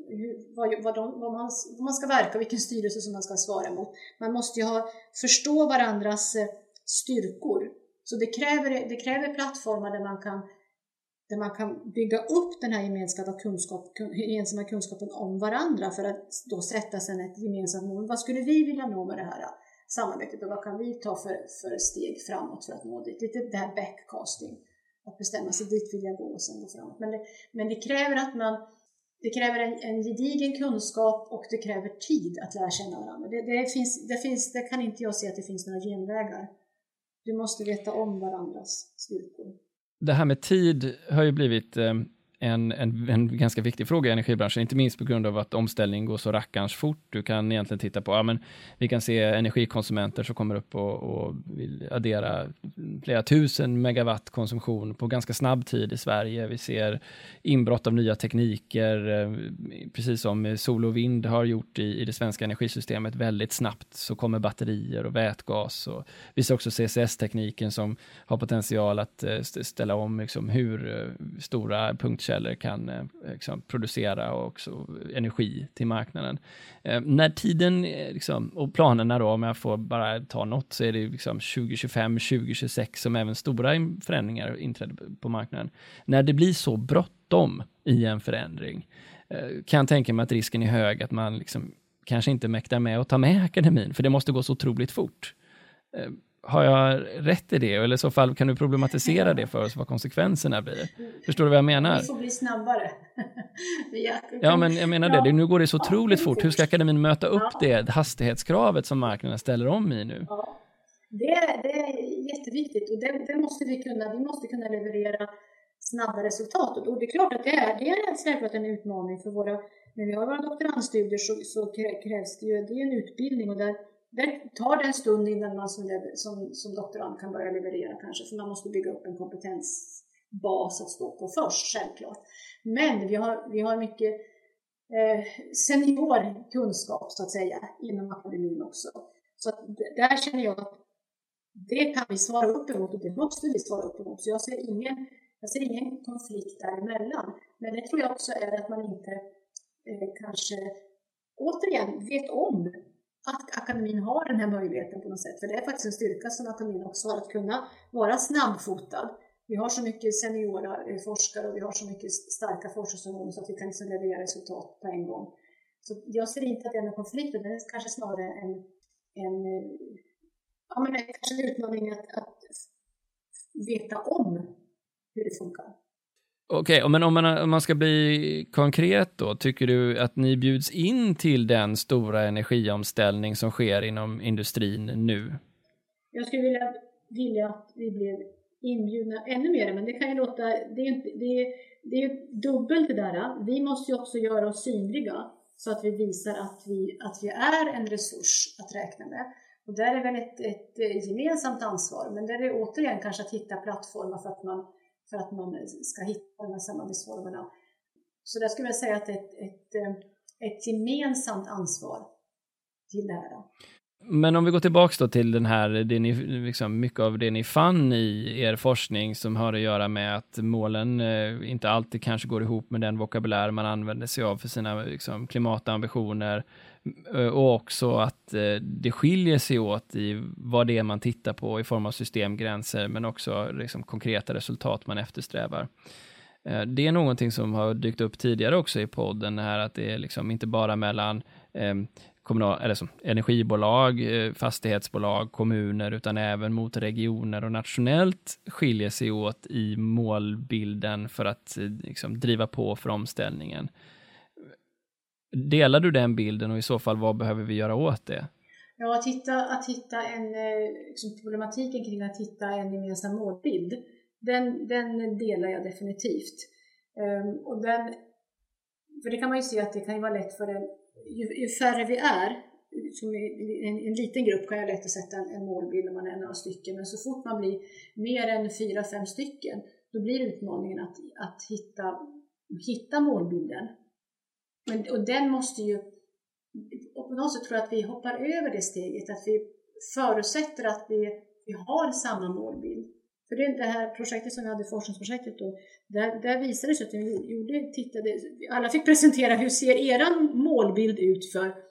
vad man ska verka, vilken styrelse som man ska svara mot. Man måste ju förstå varandras styrkor Så det kräver plattformar där man kan bygga upp den här gemensamma kunskapen om varandra för att då sätta sig ett gemensamt mål. Vad skulle vi vilja nå med det här samarbetet och vad kan vi ta för steg framåt för att nå dit? Lite det här backcasting, att bestämma sig dit vill jag gå och sen gå framåt. Men det kräver det kräver en gedigen kunskap och det kräver tid att lära känna varandra. Det kan inte jag se att det finns några genvägar. Du måste veta om varandras styrkor. Det här med tid har ju blivit en ganska viktig fråga i energibranschen, inte minst på grund av att omställningen går så rackarns fort. Du kan egentligen titta på, vi kan se energikonsumenter som kommer upp och vill addera flera tusen megawatt konsumtion på ganska snabb tid i Sverige. Vi ser inbrott av nya tekniker, precis som sol och vind har gjort i det svenska energisystemet väldigt snabbt, så kommer batterier och vätgas. Och vi ser också CCS-tekniken som har potential att ställa om liksom, hur stora punktkällor kan liksom, producera och också energi till marknaden. När tiden liksom, och planerna då, om jag får bara ta något, så är det liksom 2025, 2026 som även stora förändringar inträder på marknaden. När det blir så bråttom i en förändring kan jag tänka mig att risken är hög att man liksom, kanske inte mäktar med att ta med akademin, för det måste gå så otroligt fort. Har jag rätt i det? Eller i så fall kan du problematisera det för oss, vad konsekvenserna blir? Förstår du vad jag menar? Vi får bli snabbare. Ja, men jag menar det. Nu går det så otroligt fort. Hur ska akademin möta upp det hastighetskravet som marknaden ställer om i nu? Ja. Det är jätteviktigt och det måste vi måste kunna leverera snabba resultat. Och det är klart att det är säkert en utmaning för när vi har våra doktorandstudier så krävs det ju, det är en utbildning och där tar det en stund innan man som doktorand kan börja leverera kanske, för man måste bygga upp en kompetensbas att stå på först, självklart. Men vi har mycket senior kunskap så att säga inom akademin också. Så att där känner jag att det kan vi svara upp emot och det måste vi svara upp emot. Så jag ser ingen konflikt däremellan. Men det tror jag också är att man inte kanske återigen vet om att akademin har den här möjligheten på något sätt. För det är faktiskt en styrka som akademin också har, att kunna vara snabbfotad. Vi har så mycket seniora forskare och vi har så mycket starka forskningsområden så att vi kan liksom leverera resultat på en gång. Så jag ser inte att det är någon konflikt, det är kanske snarare kanske en utmaning att veta om hur det funkar. Okej, men om man ska bli konkret då, tycker du att ni bjuds in till den stora energiomställning som sker inom industrin nu? Jag skulle vilja att vi blev inbjudna ännu mer, men det kan ju låta, det är ju dubbelt det där. Vi måste ju också göra oss synliga så att vi visar att vi är en resurs att räkna med. Och där är väl ett gemensamt ansvar, men där är det återigen kanske att hitta plattformar för att man ska hitta de här samarbetsformerna. Så där skulle jag säga att det är ett gemensamt ansvar till det här. Men om vi går tillbaka då till den här, mycket av det ni fann i er forskning som har att göra med att målen inte alltid kanske går ihop med den vokabulär man använder sig av för sina klimatambitioner, och också att det skiljer sig åt i vad det är man tittar på i form av systemgränser, men också konkreta resultat man eftersträvar. Det är någonting som har dykt upp tidigare också i podden här, att det är inte bara mellan energibolag, fastighetsbolag, kommuner, utan även mot regioner och nationellt skiljer sig åt i målbilden för att driva på för omställningen. Delar du den bilden och i så fall vad behöver vi göra åt det? Ja, att hitta en problematiken kring att hitta en gemensam målbild, den delar jag definitivt. Och för det kan man ju se att det kan ju vara lätt för ju färre vi är, som en liten grupp kan jag lätt att sätta en målbild om man är några stycken, men så fort man blir mer än 4-5 stycken, då blir utmaningen att hitta målbilden. Och den måste ju, och på något sätt tror jag att vi hoppar över det steget, att vi förutsätter att vi har samma målbild. För det här projektet som vi hade, forskningsprojektet då, där visade det sig att vi alla fick presentera hur ser eran målbild ut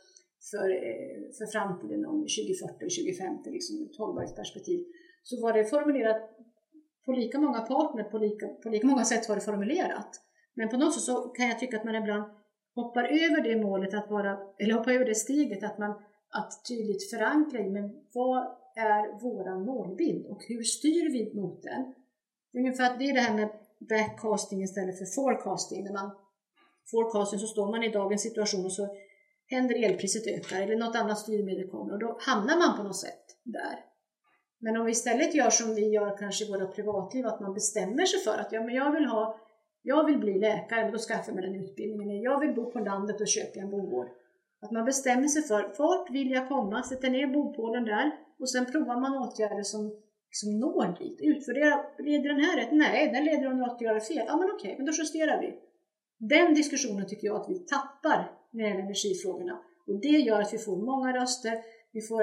för framtiden om 2040 och 2050, liksom ett hållbarhetsperspektiv, så var det formulerat på lika många partner, på lika många sätt var det formulerat. Men på något sätt så kan jag tycka att man ibland hoppar över det målet hoppar över det steget att tydligt förankra i, men vad är våran målbild och hur styr vi mot den? Ungefär att det är det här med backcasting istället för forecasting. När man forecasting så står man i dagens situation och så händer elpriset ökar eller något annat styrmedel kommer och då hamnar man på något sätt där. Men om vi istället gör som vi gör kanske i våra privatliv, att man bestämmer sig för att jag vill bli läkare, men då skaffar man den utbildningen. Jag vill bo på landet och köpa en bogård. Att man bestämmer sig för vart vill jag komma, sätter ner bopålen där och sen provar man åtgärder som når dit. Utvärdera, leder den här rätt? Nej, den leder 180 grader fel. Ja, men okej, men då justerar vi. Den diskussionen tycker jag att vi tappar när det gäller energifrågorna. Och det gör att vi får många röster, vi får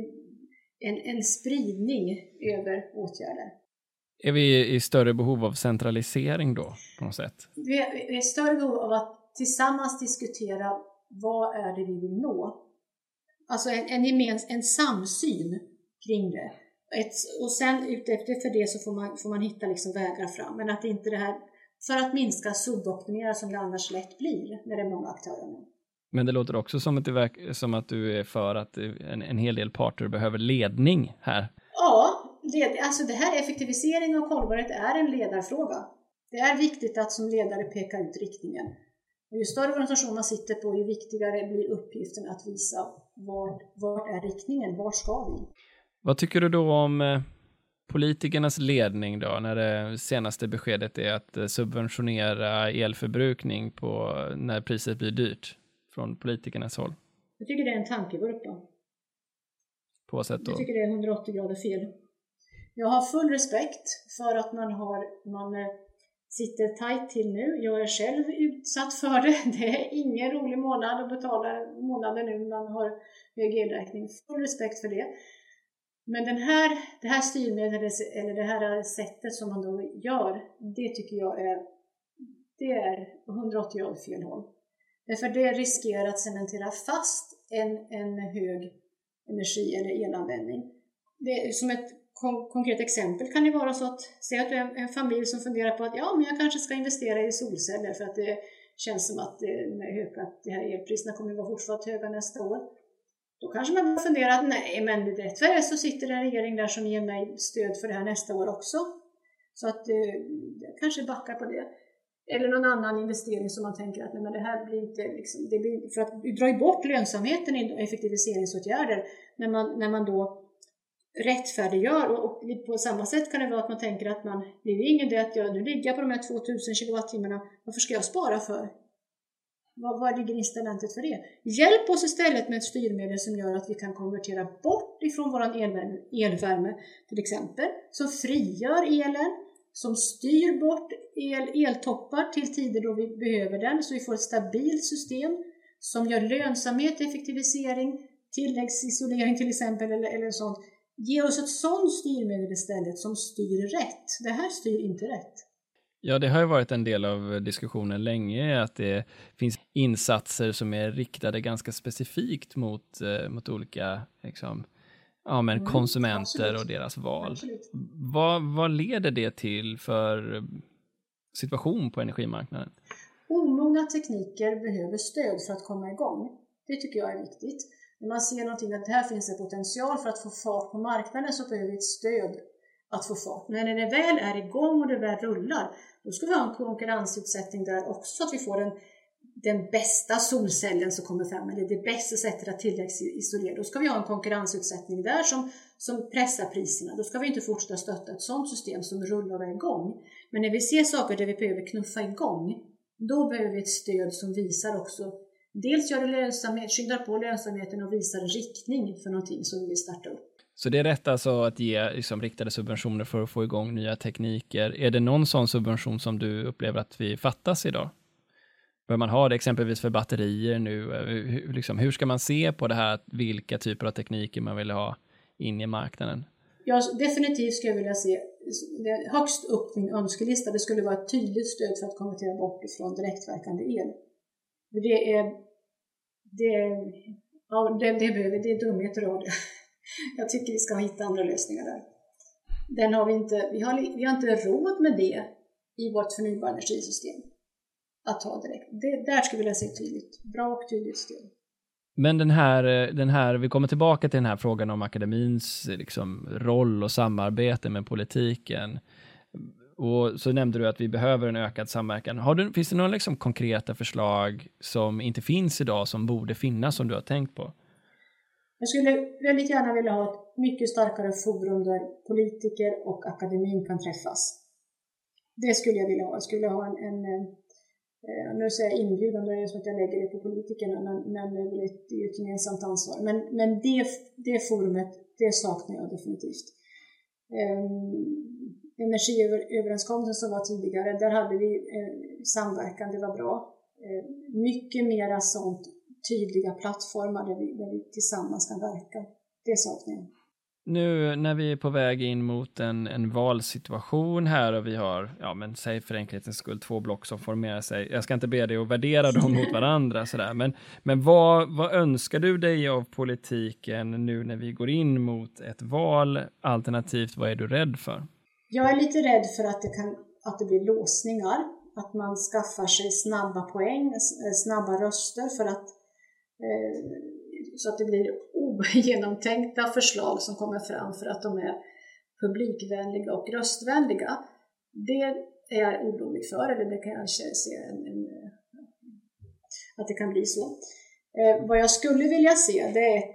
en spridning över åtgärder. Är vi i större behov av centralisering då på något sätt? Vi är i större behov av att tillsammans diskutera vad är det vi vill nå. Alltså en samsyn kring det. Och sen utefter för det så får man hitta liksom vägar fram. Men att inte det här, för att minska suboptimera som det annars lätt blir när det är många aktörer. Men det låter också som att du är för att en hel del parter behöver ledning här. Ja, alltså det här effektivisering och hållbarhet är en ledarfråga. Det är viktigt att som ledare peka ut riktningen. Och ju större organisation man sitter på, ju viktigare blir uppgiften att visa vart är riktningen, vart ska vi? Vad tycker du då om politikernas ledning då, när det senaste beskedet är att subventionera elförbrukning när priset blir dyrt från politikernas håll? Jag tycker det är en tankevurpa. På sätt då? Jag tycker det är 180 grader fel. Jag har full respekt för att man sitter tajt till nu. Jag är själv utsatt för det. Det är ingen rolig månad att betala månaden nu när man har hög elräkning. Full respekt för det. Men det här styrmedlet eller det här sättet som man då gör, det tycker jag är 180 grader fel håll. Därför det riskerar att cementera fast en hög energi eller elanvändning. Som ett konkret exempel kan det vara så att säga att du är en familj som funderar på att men jag kanske ska investera i solceller för att det känns som att de här elpriserna kommer att vara fortsatt höga nästa år. Då kanske man funderar att nej, men rätt för det så sitter det en regering där som ger mig stöd för det här nästa år också. Så att jag kanske backar på det. Eller någon annan investering som man tänker att nej, men det här blir inte det blir, för att dra bort lönsamheten i effektiviseringsåtgärder när man då rättfärdiggör och på samma sätt kan det vara att man tänker att det är ingen det att jag nu ligger på de här 2000 kilowattimmarna, varför ska jag spara för? Vad ligger instrumentet för det? Hjälp oss istället med ett styrmedel som gör att vi kan konvertera bort ifrån vår elvärme till exempel, som frigör elen, som styr bort eltoppar till tider då vi behöver den, så vi får ett stabilt system som gör lönsamhet, effektivisering, tilläggsisolering till exempel eller sånt. Ge oss ett sådant styrmedel istället som styr rätt. Det här styr inte rätt. Ja, det har ju varit en del av diskussionen länge att det finns insatser som är riktade ganska specifikt mot olika konsumenter absolut. Och deras val. Vad leder det till för situation på energimarknaden? Många tekniker behöver stöd för att komma igång. Det tycker jag är viktigt. När man ser någonting att det här finns en potential för att få fart på marknaden så behöver vi ett stöd att få fart. Men när det väl är igång och det väl rullar, då ska vi ha en konkurrensutsättning där också så att vi får den bästa solcellen som kommer fram, eller det bästa sättet att tilläggsisolera. Då ska vi ha en konkurrensutsättning där som pressar priserna. Då ska vi inte fortsätta stötta ett sådant system som rullar och är igång. Men när vi ser saker där vi behöver knuffa igång, då behöver vi ett stöd som visar också, dels gör det lönsamhet, skyndar på lönsamheten och visar riktning för någonting som vi vill starta upp. Så det är rätt alltså att ge riktade subventioner för att få igång nya tekniker. Är det någon sån subvention som du upplever att vi fattas idag? Bör man ha det exempelvis för batterier nu? Hur ska man se på det här, vilka typer av tekniker man vill ha in i marknaden? Ja, definitivt skulle jag vilja se högst upp min önskelista. Det skulle vara ett tydligt stöd för att konvertera bort ifrån direktverkande el. Ja, det är dumheter av det. Jag tycker vi ska hitta andra lösningar där. Den har vi har inte råd med det i vårt förnybara energisystem. Att ta direkt. Där skulle jag vilja se bra och tydligt stöd. Men den här, vi kommer tillbaka till den här frågan om akademins liksom, roll och samarbete med politiken. Och så nämnde du att vi behöver en ökad samverkan. Finns det några liksom konkreta förslag som inte finns idag som borde finnas som du har tänkt på? Jag skulle väldigt gärna vilja ha ett mycket starkare forum där politiker och akademin kan träffas. Det skulle jag vilja ha. Jag skulle ha nu säger jag inbjudan, det är som att jag lägger det på politikerna, men det är ett gemensamt ansvar. Men det forumet, det saknar jag definitivt. Energiöverenskommelsen som var tidigare, där hade vi samverkan, det var bra. Mycket mera sånt tydliga plattformar där vi tillsammans kan verka. Det saknar jag. Nu när vi är på väg in mot en valsituation här och vi har, ja men säg för enkelhetens skull, 2 block som formerar sig. Jag ska inte be dig att värdera dem mot varandra sådär, men vad önskar du dig av politiken nu när vi går in mot ett val? Alternativt, vad är du rädd för? Jag är lite rädd för att det blir låsningar, att man skaffar sig snabba poäng, snabba röster så att det blir ogenomtänkta förslag som kommer fram för att de är publikvänliga och röstvänliga. Det är jag orolig för, eller det kan jag se att det kan bli så. Vad jag skulle vilja se, det är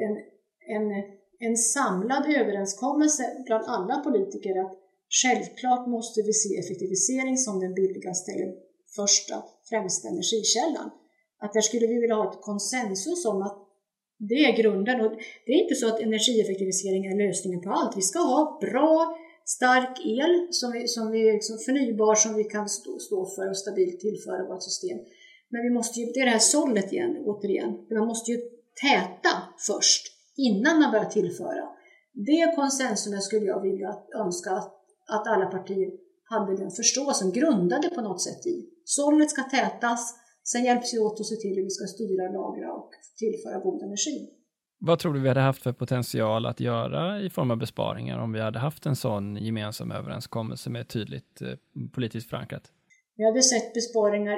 en samlad överenskommelse bland alla politiker att självklart måste vi se effektivisering som den billigaste eller främsta energikällan. Att där skulle vi vilja ha ett konsensus om att det är grunden, och det är inte så att energieffektivisering är lösningen på allt. Vi ska ha bra, stark el som vi liksom förnybar, som vi kan stå för och stabilt tillföra vårt system. Men vi måste ju, det är det här sållet återigen. Man måste ju täta först innan man börjar tillföra. Det konsensuset skulle jag vilja önska att alla partier hade den förståelsen grundade på något sätt i. Sållet ska tätas. Sen hjälps vi åt att se till hur vi ska styra, lagra och tillföra god energi. Vad tror du vi hade haft för potential att göra i form av besparingar om vi hade haft en sån gemensam överenskommelse med tydligt politiskt förankrat? Vi hade sett besparingar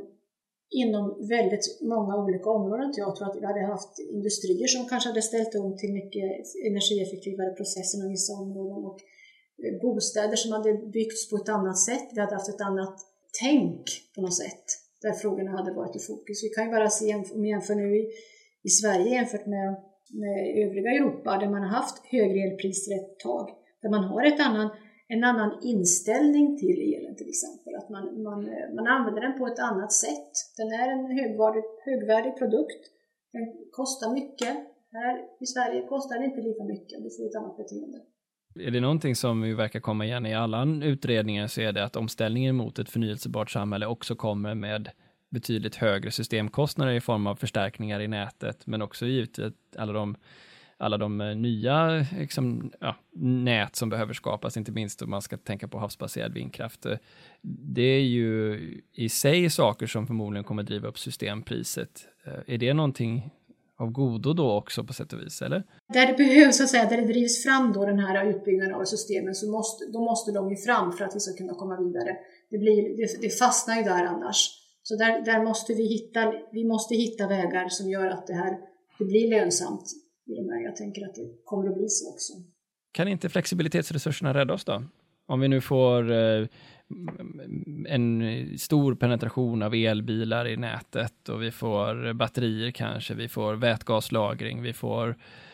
inom väldigt många olika områden. Jag tror att vi hade haft industrier som kanske hade ställt om till mycket energieffektivare processer i vissa områden, och bostäder som hade byggts på ett annat sätt. Vi hade haft ett annat tänk på något sätt, där frågorna hade varit i fokus. Vi kan ju bara se om vi jämför nu i Sverige jämfört med övriga Europa, där man har haft högre elpriser ett tag, där man har en annan inställning till elen till exempel. Att man använder den på ett annat sätt. Den är en högvärdig produkt. Den kostar mycket. Här i Sverige kostar den inte lika mycket. Du får ett annat beteende. Är det någonting som vi verkar komma igen i alla utredningar, så är det att omställningen mot ett förnyelsebart samhälle också kommer med betydligt högre systemkostnader i form av förstärkningar i nätet, men också givetvis alla de nya nät som behöver skapas, inte minst om man ska tänka på havsbaserad vindkraft. Det är ju i sig saker som förmodligen kommer driva upp systempriset. Är det någonting av godo då också på sätt och vis, eller? Där det behövs, så att säga, där det drivs fram då den här utbyggnaden av systemen, så måste de ju fram för att vi ska kunna komma vidare. Det fastnar ju där annars. Så där måste vi måste hitta vägar som gör att det blir lönsamt. Jag tänker att det kommer att bli så också. Kan inte flexibilitetsresurserna rädda oss då? Om vi nu får en stor penetration av elbilar i nätet, och vi får batterier kanske, vi får vätgaslagring, vi får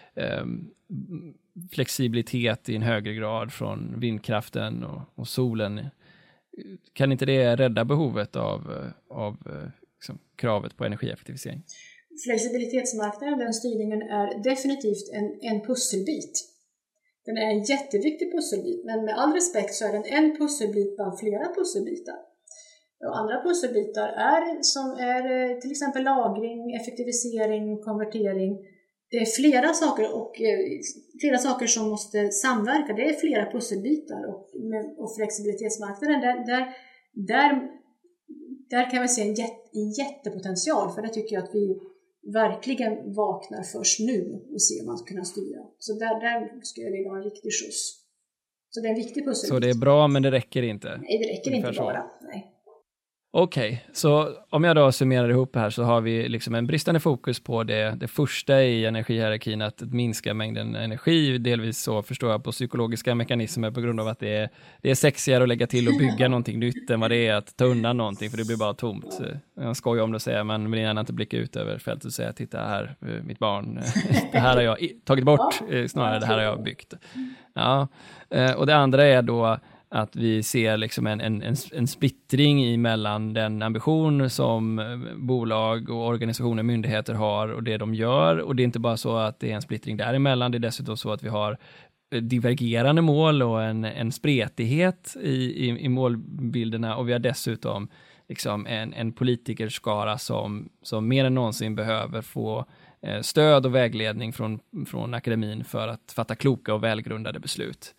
flexibilitet i en högre grad från vindkraften och solen. Kan inte det rädda behovet av kravet på energieffektivisering? Flexibilitetsmarknaden, den styrningen, är definitivt en pusselbit. Den är en jätteviktig pusselbit, men med all respekt så är den en pusselbit bland flera pusselbitar. Och andra pusselbitar är till exempel lagring, effektivisering, konvertering. Det är flera saker som måste samverka. Det är flera pusselbitar, och flexibilitetsmarknaden där kan vi se en jättepotential, för det tycker jag att verkligen vaknar först nu och ser om man ska kunna styra. Så där ska jag vilja ha en riktig skjuts. Så det är en viktig pusselbit. Så det är bra, men det räcker inte? Nej, det räcker inte bara. Nej. Okej, så om jag då summerar ihop här så har vi liksom en bristande fokus på det första i energihierarkin, att minska mängden energi, delvis så förstår jag på psykologiska mekanismer på grund av att det är sexigare att lägga till och bygga någonting nytt än vad det är att ta undan någonting, för det blir bara tomt. Jag skojar om det och säger, man vill gärna inte blicka ut över fältet och säga, titta här, mitt barn, det här har jag tagit bort, snarare det här har jag byggt. Ja. Och det andra är då att vi ser liksom en splittring mellan den ambition som bolag och organisationer och myndigheter har och det de gör. Och det är inte bara så att det är en splittring däremellan, det är dessutom så att vi har divergerande mål och en spretighet i målbilderna, och vi har dessutom liksom en politikerskara som mer än någonsin behöver få stöd och vägledning från akademin för att fatta kloka och välgrundade beslut.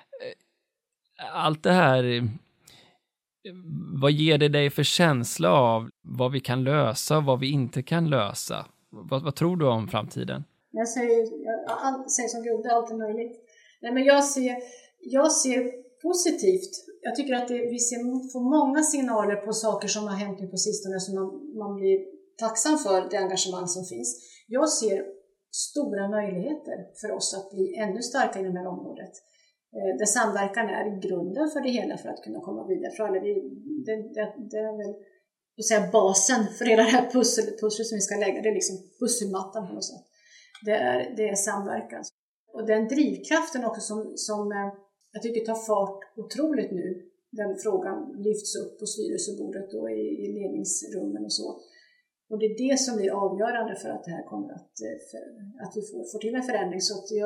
Allt det här, vad ger det dig för känsla av vad vi kan lösa och vad vi inte kan lösa? Vad tror du om framtiden? Jag säger som Gode, allt är möjligt. Nej, men jag ser positivt. Jag tycker att vi får många signaler på saker som har hänt nu på sistone som man blir tacksam för, det engagemang som finns. Jag ser stora möjligheter för oss att bli ännu starkare i det här området. Där samverkan är grunden för det hela för att kunna komma vidare. För alla, det är väl att säga, basen för hela det här pusslet som vi ska lägga. Det är liksom pusselmattan på något sätt. Det är samverkan. Och den drivkraften också som jag tycker tar fart otroligt nu. Den frågan lyfts upp på styrelsebordet och i ledningsrummen och så. Och det är det som blir avgörande för att det här kommer att vi får till en förändring. Så att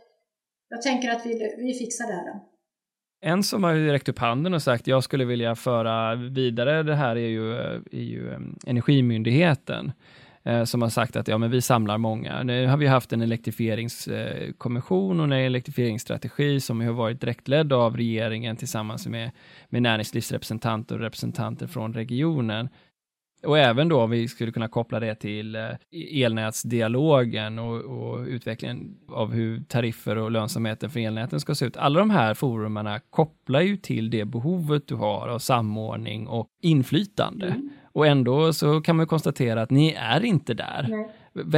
jag tänker att vi fixar det här. En som har ju räckt upp handen och sagt jag skulle vilja föra vidare det här är ju Energimyndigheten som har sagt att men vi samlar många. Nu har vi haft en elektrifieringskommission och en elektrifieringsstrategi som har varit direktledd av regeringen tillsammans med näringslivsrepresentanter och representanter från regionen. Och även då vi skulle kunna koppla det till elnätsdialogen och utvecklingen av hur tariffer och lönsamheten för elnäten ska se ut. Alla de här forumerna kopplar ju till det behovet du har av samordning och inflytande. Och ändå så kan man konstatera att ni är inte där. Nej.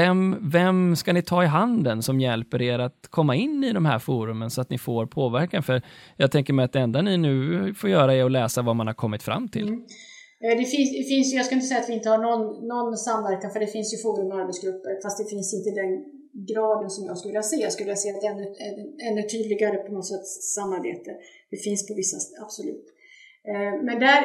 Vem ska ni ta i handen som hjälper er att komma in i de här forumen så att ni får påverkan? För jag tänker mig att det enda ni nu får göra är att läsa vad man har kommit fram till. Det finns ju, jag ska inte säga att vi inte har någon samverkan, för det finns ju forum och arbetsgrupper, fast det finns inte den graden som jag skulle vilja se. Jag skulle vilja se ett ännu tydligare på något sätt samarbete. Det finns på vissa, absolut. Men där,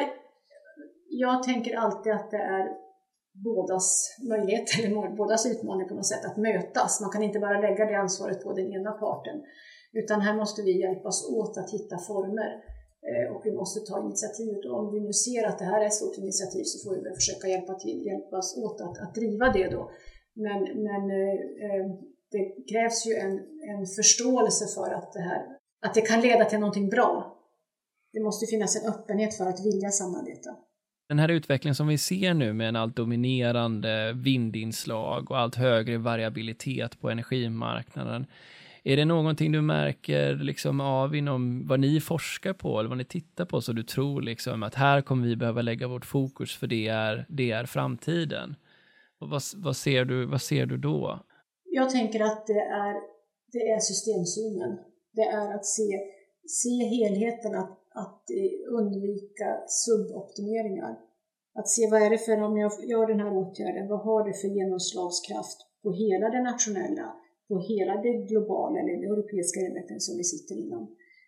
jag tänker alltid att det är bådas möjlighet, eller bådas utmaning på något sätt att mötas. Man kan inte bara lägga det ansvaret på den ena parten, utan här måste vi hjälpas åt att hitta former. Och vi måste ta initiativet, och om vi nu ser att det här är ett stort initiativ så får vi försöka hjälpas åt att driva det då. Men det krävs ju en förståelse för att det kan leda till någonting bra. Det måste finnas en öppenhet för att vilja samarbeta. Den här utvecklingen som vi ser nu med en allt dominerande vindinslag och allt högre variabilitet på energimarknaden, är det någonting du märker liksom av inom vad ni forskar på eller vad ni tittar på, så du tror liksom att här kommer vi behöva lägga vårt fokus för det är framtiden? Och vad ser du då? Jag tänker att det är systemsynen. Det är att se helheten, att undvika suboptimeringar. Att se vad är det för, om jag gör den här åtgärden, vad har det för genomslagskraft på hela det nationella, på hela det globala eller det europeiska enheten som vi sitter inom.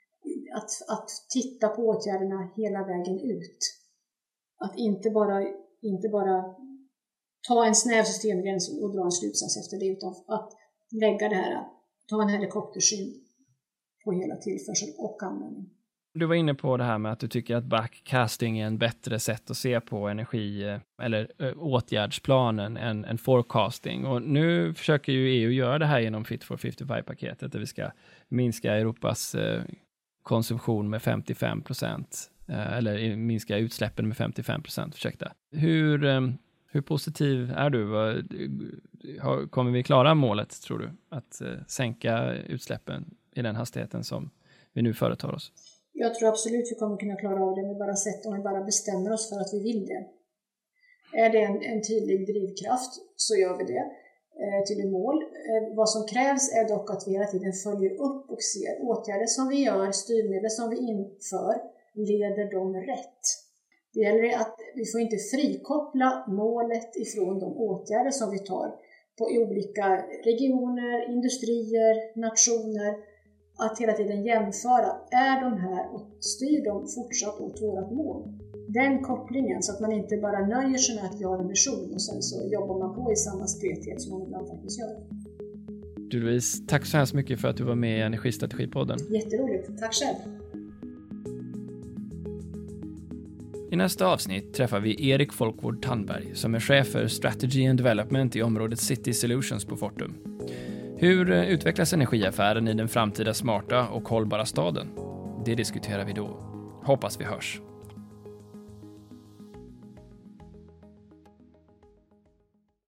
Att titta på åtgärderna hela vägen ut. Att inte bara ta en snäv systemgräns och dra en slutsats efter det, utan att lägga det här, ta en helikoptersyn på hela tillförsel och användning. Du var inne på det här med att du tycker att backcasting är en bättre sätt att se på energi eller åtgärdsplanen än forecasting. Och nu försöker ju EU göra det här genom Fit for 55-paketet där vi ska minska Europas konsumtion med 55%. Eller minska utsläppen med 55%. Hur positiv är du? Kommer vi klara målet, tror du? Att sänka utsläppen i den hastigheten som vi nu företar oss? Jag tror absolut vi kommer kunna klara av det om vi bara bestämmer oss för att vi vill det. Är det en tydlig drivkraft så gör vi det till ett mål. Vad som krävs är dock att vi hela tiden följer upp och ser åtgärder som vi gör, styrmedel som vi inför, leder de rätt. Det gäller att vi får inte frikoppla målet ifrån de åtgärder som vi tar på olika regioner, industrier, nationer. Att hela tiden jämföra, är de här och styr de fortsatt åt vårt mål? Den kopplingen, så att man inte bara nöjer sig med att vi har en vision och sen så jobbar man på i samma spretighet som man ibland faktiskt gör. Du Louise, tack så hemskt mycket för att du var med i Energistrategipodden. Jätteroligt, tack själv. I nästa avsnitt träffar vi Erik Folkvård Tandberg som är chef för Strategy and Development i området City Solutions på Fortum. Hur utvecklas energiaffären i den framtida smarta och hållbara staden? Det diskuterar vi då. Hoppas vi hörs.